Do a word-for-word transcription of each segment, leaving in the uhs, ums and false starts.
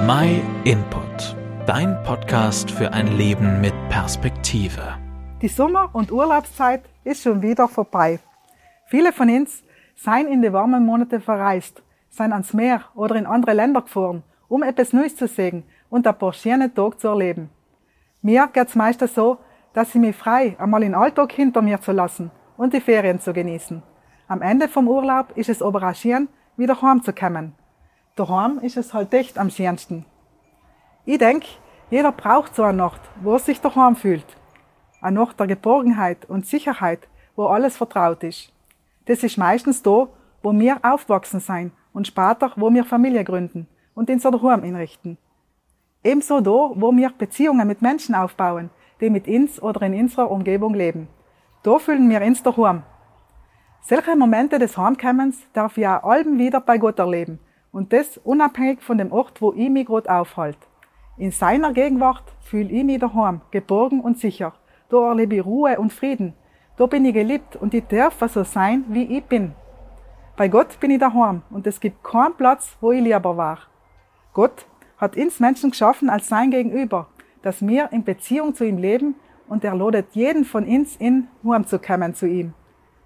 My Input, dein Podcast für ein Leben mit Perspektive. Die Sommer- und Urlaubszeit ist schon wieder vorbei. Viele von uns seien in die warmen Monate verreist, seien ans Meer oder in andere Länder gefahren, um etwas Neues zu sehen und ein paar schöne Tage zu erleben. Mir geht's meistens so, dass ich mich frei, einmal den Alltag hinter mir zu lassen und die Ferien zu genießen. Am Ende vom Urlaub ist es aber auch schön, wieder heimzukommen. Daheim ist es halt echt am schönsten. Ich denke, jeder braucht so eine Nacht, wo er sich daheim fühlt. Eine Nacht der Geborgenheit und Sicherheit, wo alles vertraut ist. Das ist meistens da, wo wir aufgewachsen sein und später, wo wir Familie gründen und unser Daheim einrichten. Ebenso da, wo wir Beziehungen mit Menschen aufbauen, die mit uns oder in unserer Umgebung leben. Da fühlen wir uns daheim. Solche Momente des Heimkommens darf ich auch allem wieder bei Gott erleben. Und das unabhängig von dem Ort, wo ich mich gerade aufhalte. In seiner Gegenwart fühle ich mich daheim, geborgen und sicher. Da erlebe ich Ruhe und Frieden. Da bin ich geliebt und ich darf so sein, wie ich bin. Bei Gott bin ich daheim und es gibt keinen Platz, wo ich lieber war. Gott hat uns Menschen geschaffen als sein Gegenüber, dass wir in Beziehung zu ihm leben und er ladet jeden von uns in, heimzukommen zu ihm.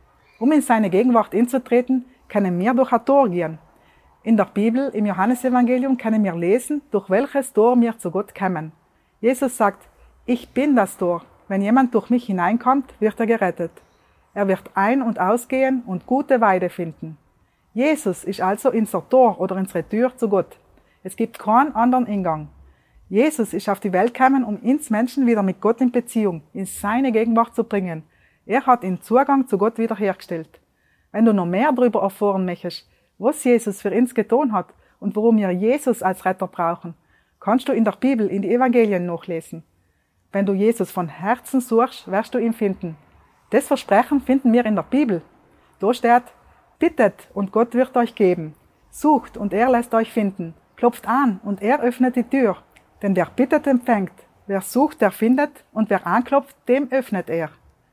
Um in seine Gegenwart einzutreten, können wir durch ein Tor gehen. In der Bibel, im Johannesevangelium, können wir lesen, durch welches Tor wir zu Gott kommen. Jesus sagt, ich bin das Tor. Wenn jemand durch mich hineinkommt, wird er gerettet. Er wird ein- und ausgehen und gute Weide finden. Jesus ist also unser Tor oder unsere Tür zu Gott. Es gibt keinen anderen Eingang. Jesus ist auf die Welt gekommen, um uns Menschen wieder mit Gott in Beziehung, in seine Gegenwart zu bringen. Er hat den Zugang zu Gott wiederhergestellt. Wenn du noch mehr darüber erfahren möchtest, was Jesus für uns getan hat und warum wir Jesus als Retter brauchen, kannst du in der Bibel, in die Evangelien nachlesen. Wenn du Jesus von Herzen suchst, wirst du ihn finden. Das Versprechen finden wir in der Bibel. Da steht, bittet und Gott wird euch geben. Sucht und er lässt euch finden. Klopft an und er öffnet die Tür. Denn wer bittet, empfängt. Wer sucht, der findet und wer anklopft, dem öffnet er.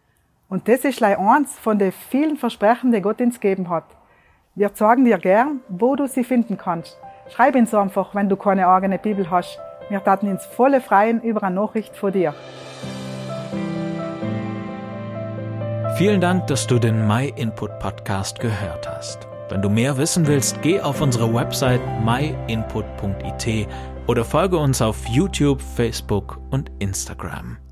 Und das ist gleich eins von den vielen Versprechen, die Gott uns gegeben hat. Wir sagen dir gern, wo du sie finden kannst. Schreib uns einfach, wenn du keine eigene Bibel hast. Wir taten uns volle freuen über eine Nachricht von dir. Vielen Dank, dass du den My Input Podcast gehört hast. Wenn du mehr wissen willst, geh auf unsere Website my input punkt i t oder folge uns auf YouTube, Facebook und Instagram.